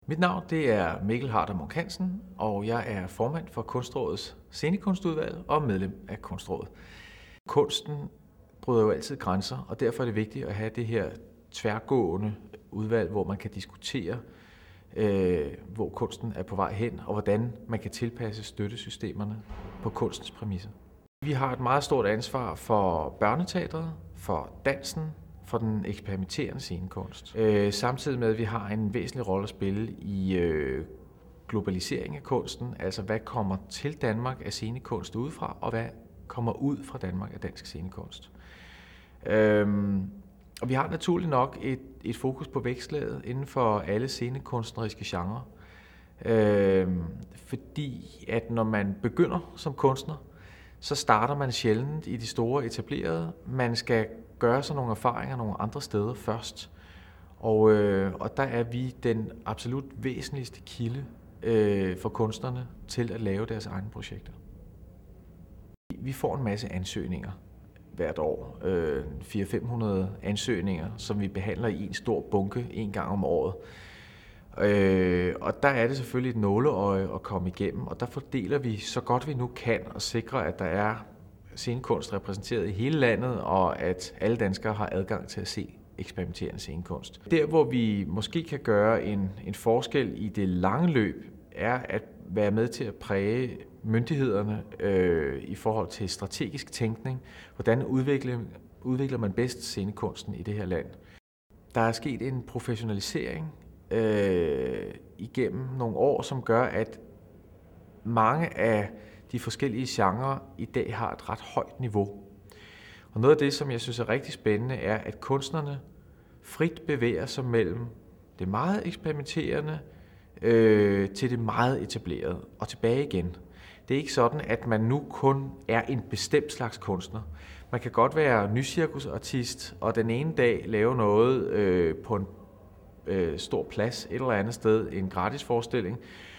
Mit navn det er Mikkel Harder Munch Hansen, og jeg er formand for Kunstrådets scenekunstudvalg og medlem af Kunstrådet. Kunsten bryder jo altid grænser, og derfor er det vigtigt at have det her tværgående udvalg, hvor man kan diskutere, hvor kunsten er på vej hen, og hvordan man kan tilpasse støttesystemerne på kunstens præmisser. Vi har et meget stort ansvar for børneteatret, for dansen, for den eksperimenterende scenekunst. Samtidig med, at vi har en væsentlig rolle at spille i globalisering af kunsten, altså hvad kommer til Danmark af scenekunst udefra, og hvad kommer ud fra Danmark af dansk scenekunst. Og vi har naturligt nok et fokus på vækstlaget inden for alle scenekunstneriske genrer, fordi at når man begynder som kunstner, så starter man sjældent i de store etablerede. Man skal gøre sig nogle erfaringer nogle andre steder først. Og der er vi den absolut væsentligste kilde for kunstnerne til at lave deres egne projekter. Vi får en masse ansøgninger hvert år. 400-500 ansøgninger, som vi behandler i en stor bunke en gang om året. Og der er det selvfølgelig et nåleøje at komme igennem, og der fordeler vi så godt vi nu kan og sikrer, at der er scenekunst repræsenteret i hele landet, og at alle danskere har adgang til at se eksperimenterende scenekunst. Der, hvor vi måske kan gøre en forskel i det lange løb, er at være med til at præge myndighederne i forhold til strategisk tænkning. Hvordan udvikler man bedst scenekunsten i det her land? Der er sket en professionalisering igennem nogle år, som gør, at mange af de forskellige genrer i dag har et ret højt niveau. Og noget af det, som jeg synes er rigtig spændende, er, at kunstnerne frit bevæger sig mellem det meget eksperimenterende til det meget etablerede og tilbage igen. Det er ikke sådan, at man nu kun er en bestemt slags kunstner. Man kan godt være nycirkusartist og den ene dag lave noget på en stor plads et eller andet sted, en gratis forestilling,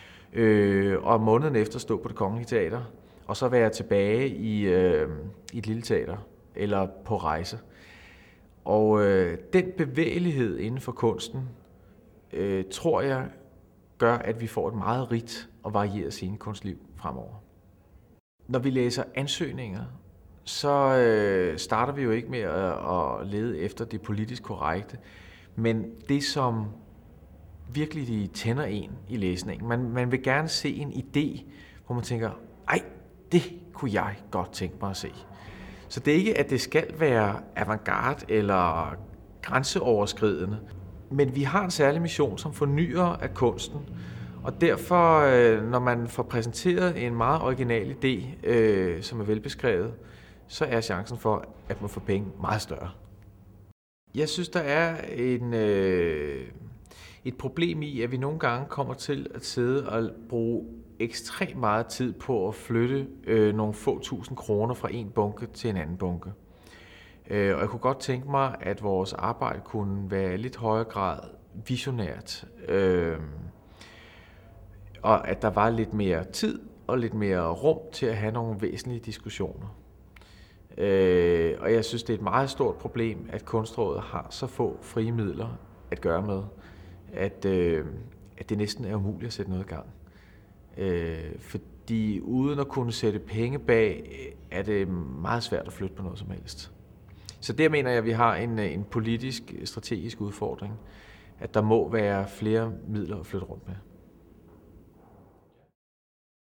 og måneden efter stå på Det Kongelige Teater, og så være tilbage i et lille teater eller på rejse. Og den bevægelighed inden for kunsten, tror jeg, gør, at vi får et meget rigt og varieret scenekunstliv fremover. Når vi læser ansøgninger, så starter vi jo ikke med at lede efter det politisk korrekte, men det, som virkelig tænder en i læsningen. Man vil gerne se en idé, hvor man tænker, ej, det kunne jeg godt tænke mig at se. Så det er ikke, at det skal være avantgarde eller grænseoverskridende, men vi har en særlig mission, som fornyer af kunsten, og derfor, når man får præsenteret en meget original idé, som er velbeskrevet, så er chancen for, at man får penge meget større. Jeg synes, der er et problem i, at vi nogle gange kommer til at sidde og bruge ekstremt meget tid på at flytte nogle få tusind kroner fra en bunke til en anden bunke. Og jeg kunne godt tænke mig, at vores arbejde kunne være i lidt højere grad visionært, og at der var lidt mere tid og lidt mere rum til at have nogle væsentlige diskussioner. Og jeg synes, det er et meget stort problem, at Kunstrådet har så få frie midler at gøre med, at det næsten er umuligt at sætte noget i gang. Fordi uden at kunne sætte penge bag, er det meget svært at flytte på noget som helst. Så der mener jeg, at vi har en politisk, strategisk udfordring, at der må være flere midler at flytte rundt med.